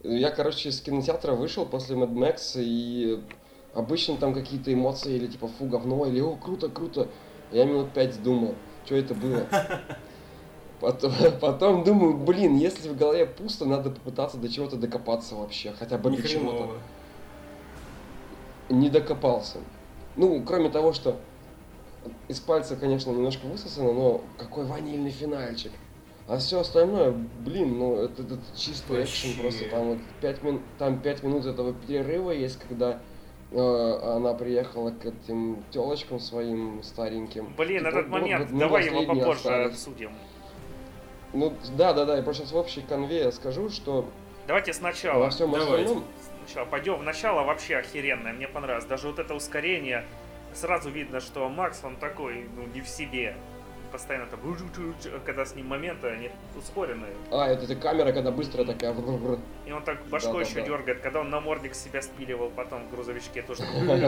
Я, короче, из кинотеатра вышел после Mad Max, и обычно там какие-то эмоции, или типа фу, говно, или о, круто, круто. Я минут 5 думал, что это было. Потом думаю, блин, если в голове пусто, надо попытаться до чего-то докопаться вообще, хотя бы Ни до чего-то. хреново. Не докопался. Ну, кроме того, что из пальца, конечно, немножко высосано, но какой ванильный финальчик. А все остальное, блин, ну это чистый экшен просто. Вообще. Там вот 5 минут этого перерыва есть, когда она приехала к этим телочкам своим стареньким. Блин, Типа, этот вот момент, мы давай его последние попозже остались. обсудим. Ну да, я просто сейчас в общей конве я скажу, что Давайте во сначала. всем Давайте. остальном... Сначала пойдем в начало, вообще охеренное, мне понравилось. Даже вот это ускорение, сразу видно, что Макс, он такой, ну, не в себе. Постоянно там, когда с ним моменты, они ускоренные. Это камера, когда быстрая такая... И он так башкой Да-да-да. еще дергает, когда он намордник себя спиливал, потом в грузовичке тоже.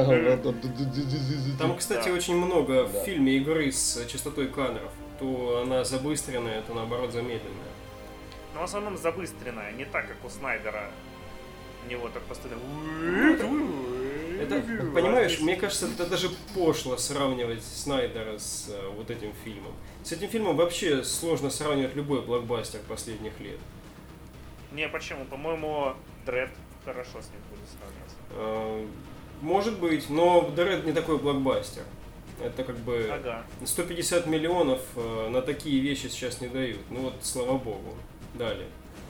Там, кстати, Да. очень много Да. в фильме игры с частотой кадров. То она забыстренная, то наоборот замедленная. Но в основном забыстренная, не так, как у Снайдера. У него так постоянно... Это, понимаешь, мне кажется, это даже пошло сравнивать Снайдера с вот этим фильмом. С этим фильмом вообще сложно сравнивать любой блокбастер последних лет. Не, почему? По-моему, Дред хорошо с ним будет сравниваться. Может быть, но Дред не такой блокбастер. Это как бы Ага. 150 миллионов на такие вещи сейчас не дают. Ну вот, слава богу, дали.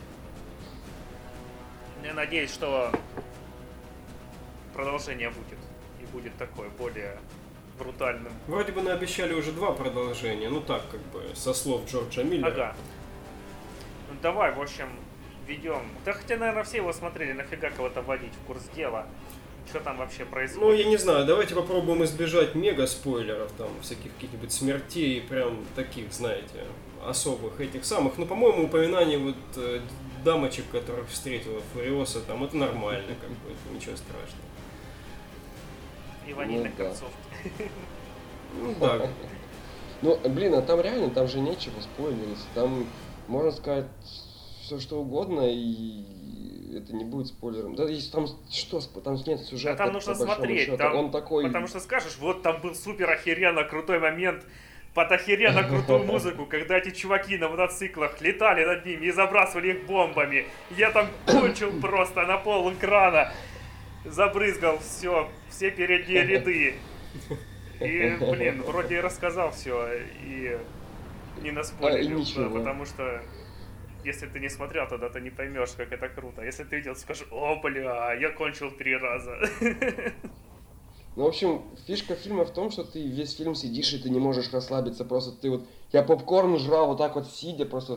Я надеюсь, что продолжение будет. И будет такое, более брутальным. Вроде бы наобещали уже 2 продолжения, ну так, как бы, со слов Джорджа Миллера. Ага. Ну давай, в общем, ведем. Да хотя, наверное, все его смотрели, нафига кого-то вводить в курс дела. Что там вообще Ну, происходит? я не знаю, давайте попробуем избежать мега-спойлеров, там, всяких каких-нибудь смертей, прям таких, знаете, особых этих самых. Ну, по-моему, упоминание вот дамочек, которых встретила Фуриоса, там, это нормально, как бы, это ничего страшного. И ванильных Ну да. концовки. Ну, да. Ну, блин, а там реально, там же нечего спойлерить. Там можно сказать все что угодно, и это не будет спойлером. Да, если там что, там нет А сюжета. там нужно по большому смотреть, счету. там, Он такой... потому что скажешь, вот там был супер охеренно крутой момент, под охеренно крутую музыку, когда эти чуваки на мотоциклах летали над ними и забрасывали их бомбами. Я там кончил просто на пол экрана, забрызгал все передние ряды. И, блин, вроде и рассказал все, и не наспойлерил, ничего. да, потому что если ты не смотрел, тогда ты не поймешь, как это круто. Если ты видел, скажешь, о, бля, я кончил 3 раза. Ну, в общем, фишка фильма в том, что ты весь фильм сидишь, и ты не можешь расслабиться. Просто ты вот... Я попкорн жрал вот так вот сидя, просто...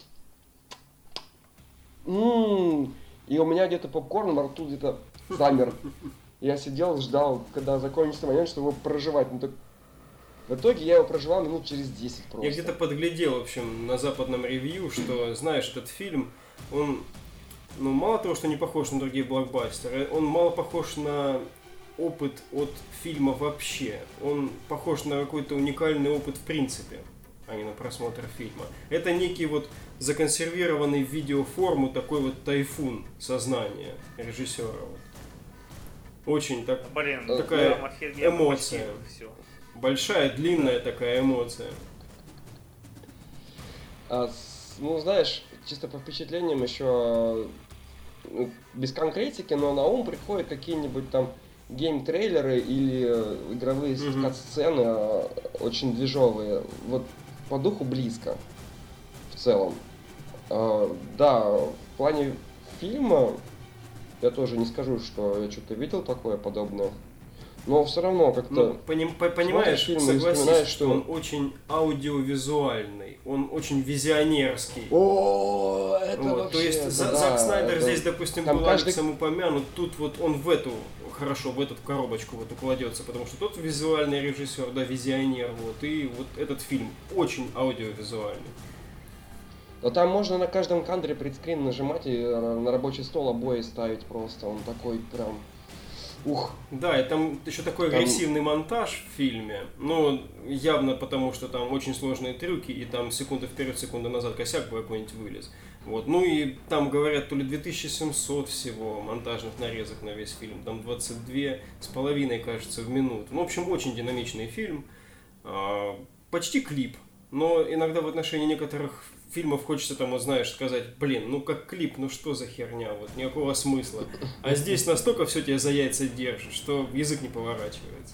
И у меня где-то попкорн во рту где-то замер. Я сидел, ждал, когда закончится момент, чтобы его проживать. Ну, так... В итоге я его проживал минут через 10 просто. Я где-то подглядел, в общем, на западном ревью, что, знаешь, этот фильм, он, ну, мало того, что не похож на другие блокбастеры, он мало похож на опыт от фильма вообще. Он похож на какой-то уникальный опыт в принципе, а не на просмотр фильма. Это некий вот законсервированный в видеоформу такой вот тайфун сознания режиссера. Вот. Очень так, Блин, такая прям офигенно эмоция. почти всё. большая, длинная такая эмоция. Ну, знаешь, чисто по впечатлениям еще без конкретики, но на ум приходят какие-нибудь там гейм-трейлеры или игровые кат-сцены очень движовые. Вот по духу близко в целом. Да, в плане фильма я тоже не скажу, что я что-то видел такое подобное. Но все равно как-то... Ну, понимаешь, фильм и согласись, вспоминаешь, что что- он очень аудиовизуальный, он очень визионерский. О, это Вот, вообще... то есть это Зак да, Снайдер это- здесь, допустим, там был каждый- Алексом упомянут, тут вот он в эту, хорошо, в эту коробочку вот укладется, потому что тот визуальный режиссер, да, визионер, вот, и вот этот фильм очень аудиовизуальный. Но там можно на каждом кадре предскрин нажимать и на рабочий стол обои ставить просто. Он такой прям... Ух. Да, и там еще такой Там- агрессивный монтаж в фильме, ну, явно потому, что там очень сложные трюки, и там секунда вперед, секунда назад косяк бы какой-нибудь вылез. Вот. Ну и там говорят, то ли 2700 всего монтажных нарезок на весь фильм, там 22,5, кажется, в минуту. Ну, в общем, очень динамичный фильм, почти клип, но иногда в отношении некоторых фильмов хочется там, вот, знаешь, сказать, блин, ну как клип, ну что за херня, вот никакого смысла. А здесь настолько все тебя за яйца держит, что язык не поворачивается.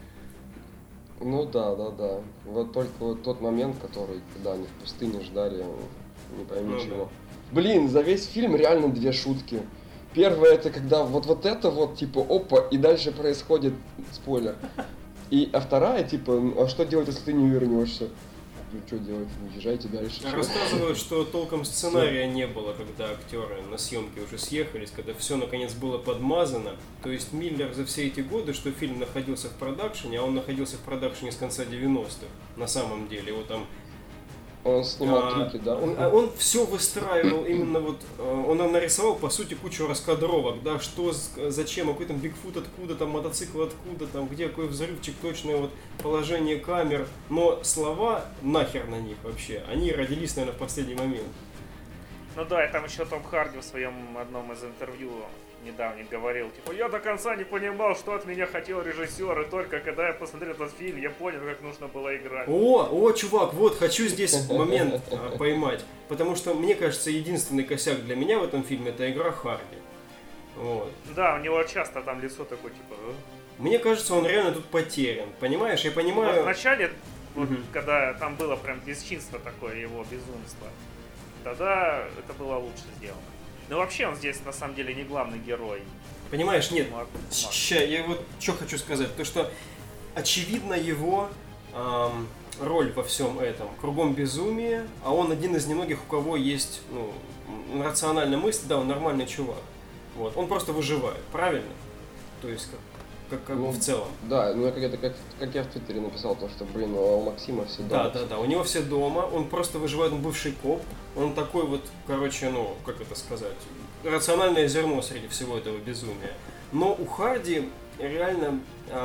Ну да. Вот только вот тот момент, который, когда они в пустыне ждали, не пойми чего. Да. Блин, за весь фильм реально 2 шутки. Первая это когда вот это вот, типа, опа, и дальше происходит спойлер. А вторая, типа, а что делать, если ты не вернешься? Ну, что делать? Уезжайте дальше. Рассказывают, что толком сценария не было, когда актеры на съемки уже съехались, когда все наконец было подмазано. То есть Миллер за все эти годы, что фильм находился в продакшене, а он находился в продакшене с конца 90-х, на самом деле. Его там он снимал трюки, да? Он все выстраивал именно вот, он нарисовал по сути кучу раскадровок, да, что, зачем, какой там Бигфут откуда, там мотоцикл откуда, там где какой взрывчик, точное вот положение камер, но слова нахер на них вообще, они родились, наверное, в последний момент. Ну да, и там еще Том Харди в своем одном из интервью недавних говорил, типа, я до конца не понимал, что от меня хотел режиссер, и только когда я посмотрел этот фильм, я понял, как нужно было играть. О, чувак, вот, хочу здесь момент поймать, потому что, мне кажется, единственный косяк для меня в этом фильме — это игра Харди. Вот. Да, у него часто там лицо такое, типа... Мне кажется, он реально тут потерян, понимаешь? Я понимаю... Вот вначале, вот, когда там было прям бесчинство такое, его безумство, тогда это было лучше сделано. Но вообще он здесь на самом деле не главный герой. Понимаешь, нет. Я вот что хочу сказать. То, что очевидно его роль во всем этом. Кругом безумие, а он один из немногих, у кого есть рациональная мысль, да, он нормальный чувак. Вот. Он просто выживает, правильно? То есть как в целом. Да, ну это как я в Твиттере написал, то, что, блин, у Максима все дома. Да, у него все дома, он просто выживает, он бывший коп, он такой вот, короче, как это сказать, рациональное зерно среди всего этого безумия. Но у Харди реально,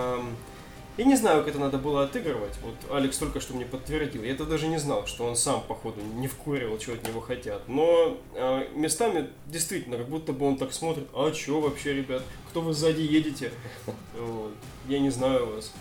я не знаю, как это надо было отыгрывать, вот Алекс только что мне подтвердил, я это даже не знал, что он сам, походу, не вкуривал, чего от него хотят, но местами действительно, как будто бы он так смотрит, а чё вообще, ребят, кто вы сзади едете, вот. Я не знаю вас.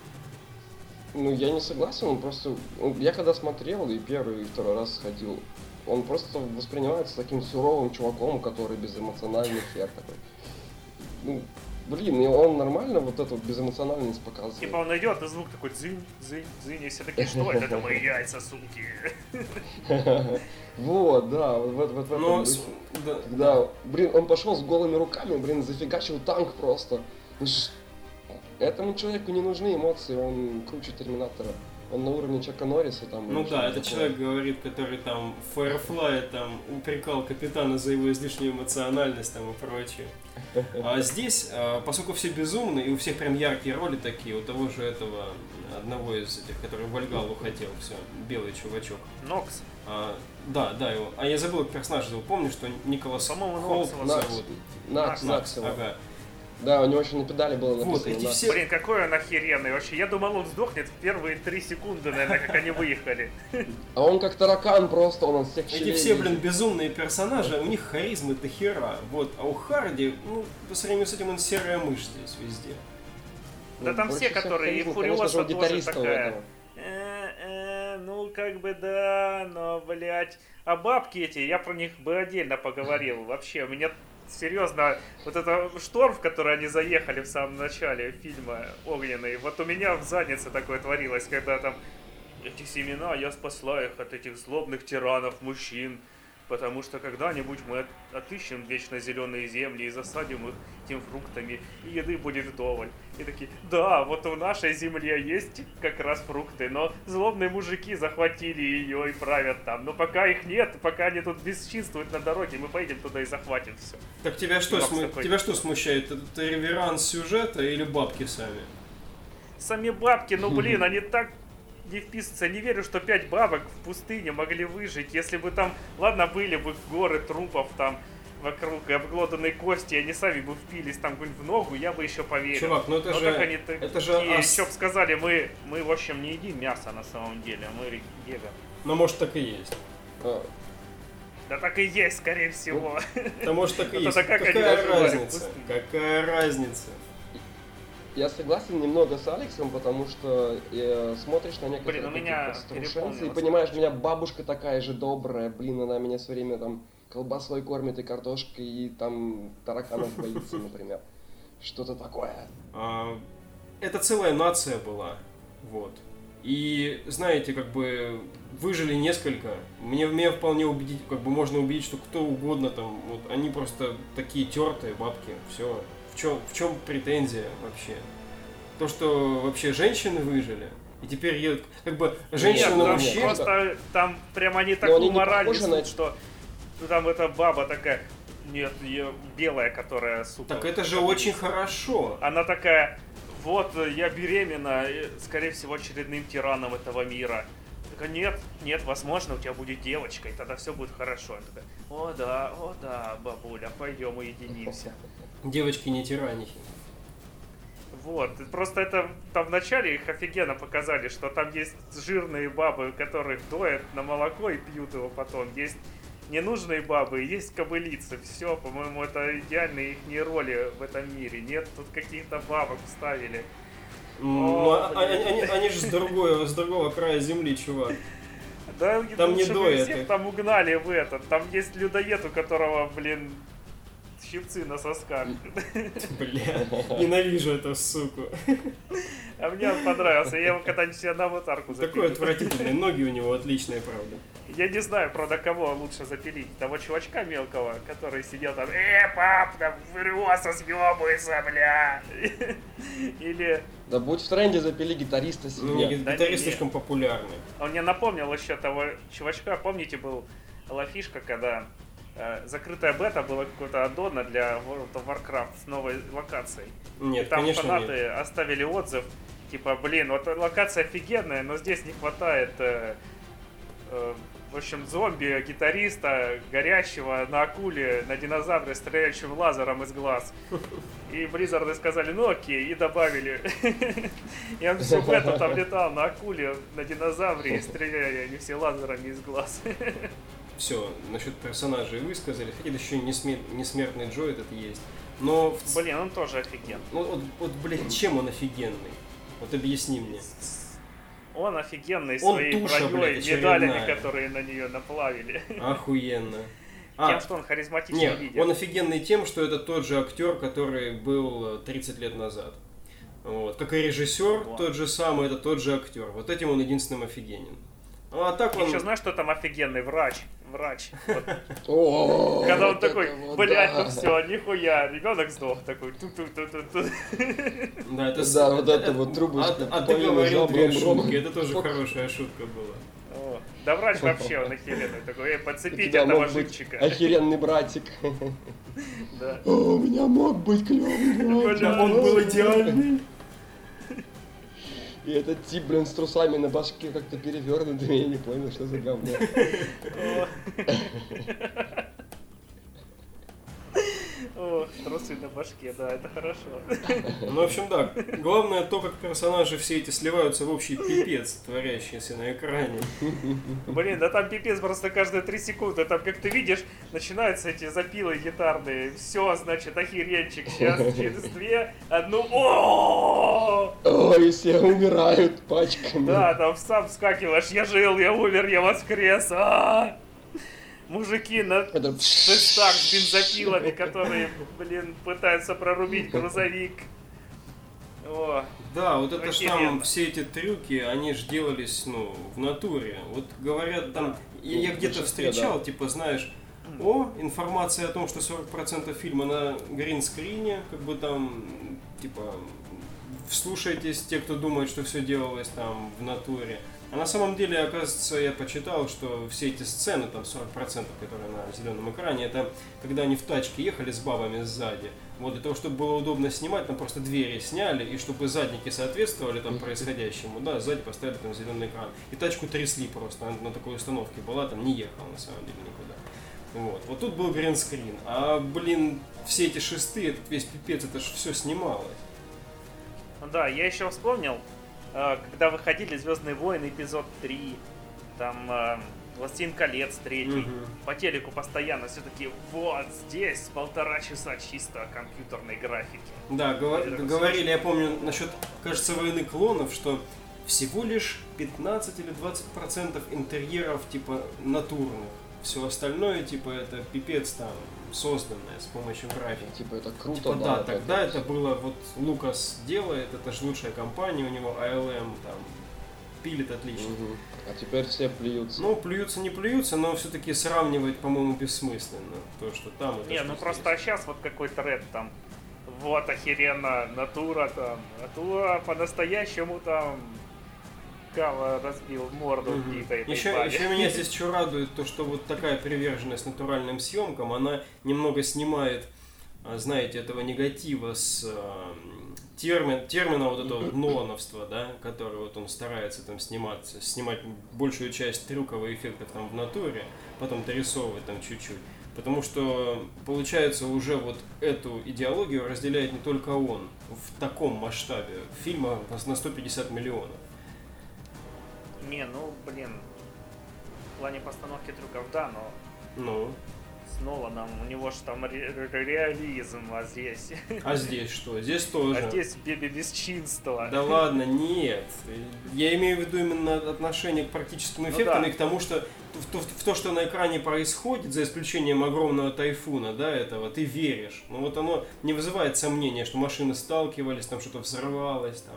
Ну, я не согласен, он просто, я когда смотрел и первый, и второй раз сходил, он просто воспринимается таким суровым чуваком, который безэмоциональный хер такой. Ну, блин, и он нормально вот эту безэмоциональность показывает. Типа он идет, и звук такой дзынь, дзынь, дзынь, и все такие, что это? Это мои яйца, суки. Вот, да, вот в этом духе. Когда, блин, он пошел с голыми руками, блин, зафигачил танк просто. Этому человеку не нужны эмоции, он круче Терминатора. Он на уровне Чака Норриса там. Ну да, это человек говорит, который там в Firefly там упрекал капитана за его излишнюю эмоциональность там и прочее. А здесь, поскольку все безумны, и у всех прям яркие роли такие, у того же этого, одного из этих, который в Вальгаллу хотел, все, белый чувачок. Нокс. Да, его. А я забыл персонажа, помню, что Николас Холт зовут. Накс. Ага. Да, у него еще на педали было написано. Вот, эти все... Блин, какой он охеренный вообще. Я думал, он сдохнет в первые 3 секунды, наверное, как они выехали. А он как таракан просто, он от всех щелей. Эти все, блин, безумные персонажи, у них харизмы до хера. Вот, а у Харди, по сравнению с этим, он серая мышь здесь везде. Да там все, которые, и Фуриоса тоже такая. Ну, как бы да, но, блядь. А бабки эти, я про них бы отдельно поговорил. Вообще, у меня... Серьезно, вот это шторм, в который они заехали в самом начале фильма огненный, вот у меня в заднице такое творилось, когда там эти семена, я спасла их от этих злобных тиранов, мужчин, потому что когда-нибудь мы отыщем вечно зеленые земли и засадим их тем фруктами, и еды будет вдоволь. И такие, да, вот в нашей земле есть как раз фрукты, но злобные мужики захватили ее и правят там. Но пока их нет, пока они тут бесчинствуют на дороге, мы поедем туда и захватим все. Так тебя что смущает? Это реверанс сюжета или бабки сами? Сами бабки, ну блин, они так не вписываются. Не верю, что 5 бабок в пустыне могли выжить, если бы там, ладно, были бы горы трупов там вокруг и обглоданные кости, они сами бы впились там в ногу, я бы еще поверил. Чувак, ну это же... Так они еще бы сказали, мы в общем не едим мясо на самом деле, мы веган. Ну может так и есть. Да так и есть, скорее всего. Да может так и есть. Это как они Какая должны говорить, разница? пустыня. Какая разница? Я согласен немного с Алексом, потому что смотришь на некоторые Блин, у меня такие старушенцы и переполнилось. понимаешь, у меня бабушка такая же добрая, блин, она меня все время там колбасой кормит и картошкой, и там тараканов боится, например. Что-то такое. Это целая нация была, вот. И, знаете, как бы выжили несколько. Меня вполне убедить, как бы можно убедить, что кто угодно там, вот они просто такие тертые бабки, все. В чем претензия вообще? То, что вообще женщины выжили, и теперь как бы женщина на там мужчин. просто там прям они такую они не мораль похожи на несут, что там эта баба такая, нет, белая, которая, сука. Так это же как очень бы, хорошо. Она такая, вот я беременна, скорее всего, очередным тираном этого мира. Такая, нет, возможно, у тебя будет девочка, и тогда все будет хорошо. Я такая, о да, бабуля, пойдем уединимся. Девочки не тиранихи. Вот, просто это там вначале их офигенно показали, что там есть жирные бабы, которых доят на молоко и пьют его потом. Есть ненужные бабы, есть кобылицы. Все, по-моему, это идеальные их роли в этом мире. Нет, тут каких-то бабок вставили. Они же с другого края земли, чувак. Да, Там не чтобы доят всех их. там угнали в этот. Там есть людоед, у которого, блин, щипцы на сосках. Бля, ненавижу эту суку. А мне он понравился. Я его когда-нибудь себе на аватарку запилю. Такой отвратительный, ноги у него отличные, правда. Я не знаю, правда, кого лучше запилить. Того чувачка мелкого, который сидел там, пап, там вырвался, съебывается, бля. Или... Да будь в тренде, запили гитариста Ну, себе. гитарист слишком популярный. Он мне напомнил еще того чувачка. Помните, был фишка, когда закрытая бета была какой-то аддона для World of Warcraft с новой локацией. Нет, И там конечно, фанаты нет. оставили отзыв, типа, блин, вот локация офигенная, но здесь не хватает, в общем, зомби-гитариста, горящего на акуле, на динозавре, стреляющим лазером из глаз. И Blizzard сказали, ну окей, и добавили. И он всю бету там летал на акуле, на динозавре, и стреляли они все лазерами из глаз. Все, насчет персонажей высказали. Хотя еще и несмертный Джо этот есть. Но... Блин, он тоже офигенный. Ну, вот, блин, чем он офигенный? Вот объясни мне. Он офигенный Он своей туша, броней, блядь, медалями, очередная. которые на нее наплавили. Охуенно. Тем, что он харизматичный Нет, лидер. он офигенный тем, что это тот же актер, который был 30 лет назад. Вот. Как и режиссер, Вот. тот же самый, это тот же актер. Вот этим он единственным офигенен. А так он... Еще знаешь, что там офигенный врач? Вот. О, Когда он вот такой, это вот блядь, да. ну все, нихуя, ребенок сдох, такой, ту-ту-ту-ту-ту. Да, это Да, вот это вот трубочка. А ты говорил две бром-бром. шутки, это тоже хорошая шутка была. О, да врач вообще, он охеренный, такой, У подцепите тебя этого мог быть живчика. охеренный братик. Да. О, у меня мог быть клевый братик. Бля, Он был идеальный. И этот тип, блин, с трусами на башке как-то перевернутый, я не понял, что за говно. О, трусы на башке, да, это хорошо. Ну, в общем, да. Главное то, как персонажи все эти сливаются в общий пипец, творящийся на экране. Блин, да там пипец просто каждые 3 секунды. Там, как ты видишь, начинаются эти запилы гитарные. Все, значит, охеренчик. Сейчас через 2, одну. О! Ой, все умирают пачками. Да, там сам вскакиваешь. Я жил, я умер, я воскрес. А! Мужики на Это шестах с бензопилами, которые, блин, пытаются прорубить грузовик. О, Да, вот это ж там Охеренно. все эти трюки, они ж делались, ну, в натуре. Вот говорят там, я Ну, где-то большинстве, встречал, да. типа, знаешь, информация о том, что 40% фильма на гринскрине, как бы там, типа, вслушайтесь, те, кто думает, что все делалось там в натуре. А на самом деле, оказывается, я почитал, что все эти сцены, там 40%, которые на зеленом экране, это когда они в тачке ехали с бабами сзади. Вот для того, чтобы было удобно снимать, там просто двери сняли, и чтобы задники соответствовали там происходящему, да, сзади поставили там зеленый экран. И тачку трясли просто, она на такой установке была, там не ехала на самом деле никуда. Вот тут был гринскрин, а, блин, все эти шесты, этот весь пипец, это ж все снималось. да, я еще вспомнил, когда выходили «Звездные войны» эпизод 3, там «Властелин колец» 3. По телеку постоянно все таки вот здесь 1,5 часа чисто компьютерной графики. Да, говорили, я помню, насчет, кажется, «Войны клонов», что всего лишь 15 или 20% интерьеров типа натурных. Все остальное, типа, это пипец там, созданное с помощью графики. Типа это круто, типа, да, тогда это было, вот Лукас делает, это же лучшая компания у него, ALM там пилит отлично. А теперь все плюются. Ну, плюются, не плюются, но все-таки сравнивать, по-моему, бессмысленно. То, что там, и то, Не, что ну здесь. просто сейчас вот какой тред там. Вот охеренно, натура там. Натура по-настоящему там. Кава разбил морду битой. Еще меня здесь что радует, то что вот такая приверженность натуральным съемкам, она немного снимает, знаете, этого негатива с термина вот этого нолановства, да, который вот он старается там снимать большую часть трюковых эффектов там в натуре, потом дорисовывать там чуть-чуть. Потому что, получается, уже вот эту идеологию разделяет не только он в таком масштабе. Фильма на 150 миллионов. Не, ну, блин, в плане постановки трюков, да, но Ну. с Ноланом у него же там реализм, а здесь... А здесь что? Здесь тоже. А здесь бесчинство. Да ладно, нет. Я имею в виду именно отношение к практическим эффектам, да. и к тому, что в то, что на экране происходит, за исключением огромного тайфуна, да, этого, ты веришь. Но вот оно не вызывает сомнения, что машины сталкивались, там что-то взорвалось, там.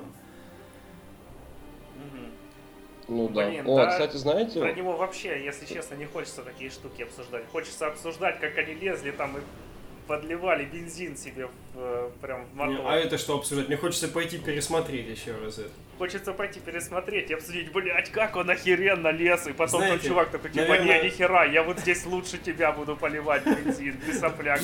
Ну да. Блин, О, да, кстати, знаете... Про него вообще, если честно, не хочется такие штуки обсуждать. Хочется обсуждать, как они лезли там и подливали бензин себе прям в мотор. А это что обсуждать? Мне хочется пойти пересмотреть еще раз это. Хочется пойти пересмотреть и обсудить, блять, как он охеренно лез. И потом Знаете, тот чувак такой, типа, наверное... не, нихера, я вот здесь лучше тебя буду поливать бензин, ты сопляк.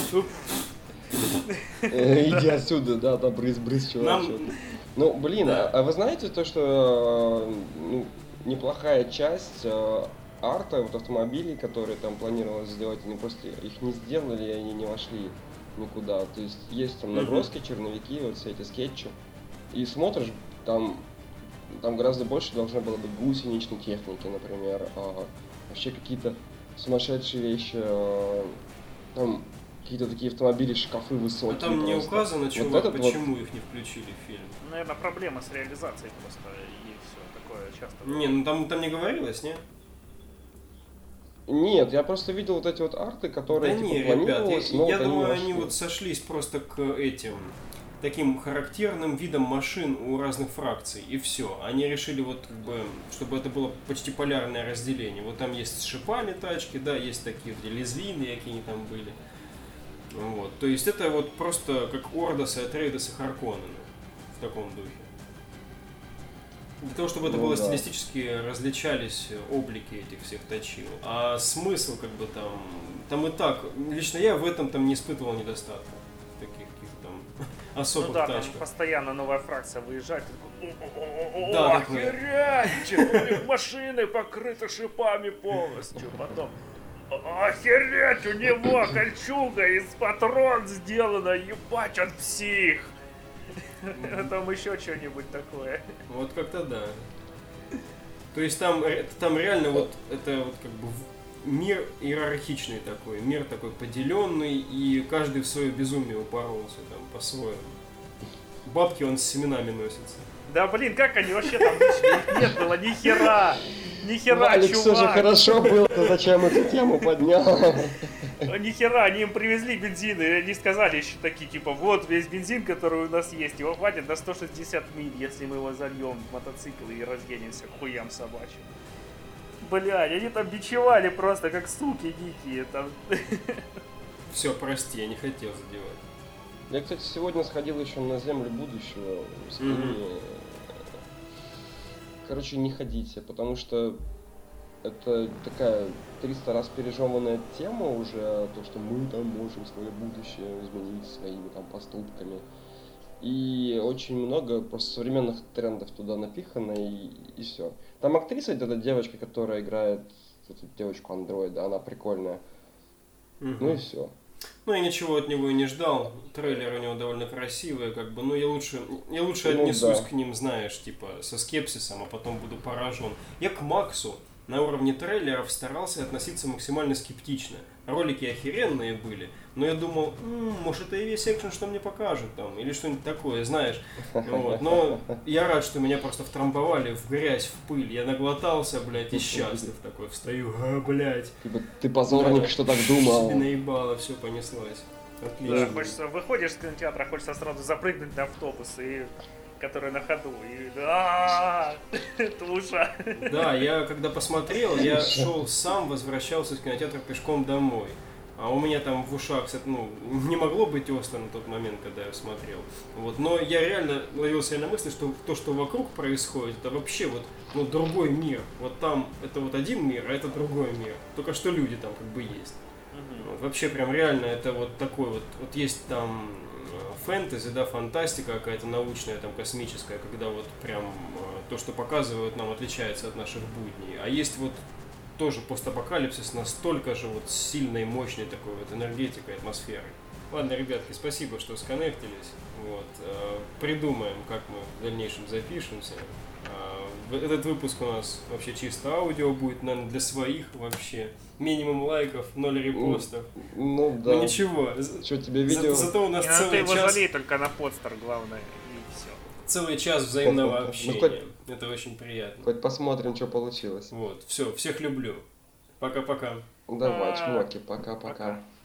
Иди отсюда, да, там брызг, чувак. Ну, блин, да. а вы знаете то, что неплохая часть арта вот автомобилей, которые там планировалось сделать, они просто их не сделали, и они не вошли никуда. То есть там наброски, черновики, вот все эти скетчи. И смотришь, там гораздо больше должно было быть гусеничной техники, например, вообще какие-то сумасшедшие вещи, там какие-то такие автомобили, шкафы высокие. А там не указано, вот чувак, почему их не включили в фильм? Наверное, проблема с реализацией просто, и все такое часто. Не, ну там не говорилось, не? Нет, я просто видел вот эти вот арты, которые да типа не, планировалось, ребят, я вот думаю, они они вот сошлись просто к этим таким характерным видам машин у разных фракций, и все. Они решили вот как бы, чтобы это было почти полярное разделение. Вот там есть с шипами тачки, да, есть такие где лезвийные, какие они там были. Вот. То есть это вот просто как Ордосы, Атрейдосы, Харконнены в таком духе. Для того, чтобы это было стилистически различались облики этих всех точил. А смысл как бы там и так, лично я в этом там не испытывал недостатка. В таких каких-то там особых тачках. Там постоянно новая фракция выезжает. Да, охерять! У них машины покрыты шипами полностью. Потом охереть, у него кольчуга из патрон сделана, ебать, он псих. Там еще что-нибудь такое. Вот как-то да. То есть там реально вот это вот как бы мир иерархичный такой, мир такой поделенный, и каждый в свое безумие упоролся там по-своему. Бабки он с семенами носится. Да блин, как они вообще там вышли? Их нет было ни хера. Ни хера, Валик, чувак. все же хорошо было, то зачем эту тему поднял? Ни хера, они им привезли бензин, и они сказали еще такие, типа, вот весь бензин, который у нас есть, его хватит на 160 миль, если мы его зальем в мотоциклы и разгонимся к хуям собачьим. Блядь, они там бичевали просто, как суки дикие там. Все, прости, я не хотел задевать. Я, кстати, сегодня сходил еще на Землю будущего. Короче, не ходите, потому что это такая 300 раз пережеванная тема уже, то, что мы там можем свое будущее изменить своими там поступками. И очень много просто современных трендов туда напихано, и все. Там актриса, эта девочка, которая играет эту девочку андроида, она прикольная. Ну и все. Ну, я ничего от него и не ждал. Трейлер у него довольно красивый, как бы. Ну, я лучше отнесусь к ним, знаешь, типа, со скепсисом, а потом буду поражен. Я к Максу на уровне трейлеров старался относиться максимально скептично. Ролики охеренные были, но я думал, может это и весь экшен, что мне покажут там, или что-нибудь такое, знаешь. Вот. Но я рад, что меня просто втрамбовали в грязь, в пыль. Я наглотался, блядь, и счастлив такой. Встаю, блядь. Ты позорник, что так думал. Себе наебало, все понеслось. Отлично. Да, хочется, выходишь из кинотеатра, хочется сразу запрыгнуть на автобус, который на ходу, и туша. Да, я когда посмотрел, я шел сам, возвращался из кинотеатра пешком домой. А у меня там в ушах, не могло быть остро на тот момент, когда я смотрел. Вот. Но я реально ловил себя на мысли, что то, что вокруг происходит, это вообще другой мир. Вот там это вот один мир, а это другой мир. Только что люди там как бы есть. Вот. Вообще прям реально это вот такой вот есть там фэнтези, да, фантастика какая-то научная, там космическая, когда вот прям то, что показывают нам, отличается от наших будней. А есть вот тоже постапокалипсис настолько же вот сильной, мощной такой вот энергетикой, атмосферой. Ладно, ребятки, спасибо, что сконнектились. Вот. Придумаем, как мы в дальнейшем запишемся. Этот выпуск у нас вообще чисто аудио будет, наверное, для своих вообще. Минимум лайков, 0 репостов. Ну да. Ну ничего. Что тебе видео? Зато у нас ты целый его час... залей только на подстер, главное, и все. Целый час взаимного Ну, общения. хоть- Это очень приятно. Хоть посмотрим, что получилось. Вот, все, всех люблю. Пока-пока. Давай, чмоки, пока-пока. Пока.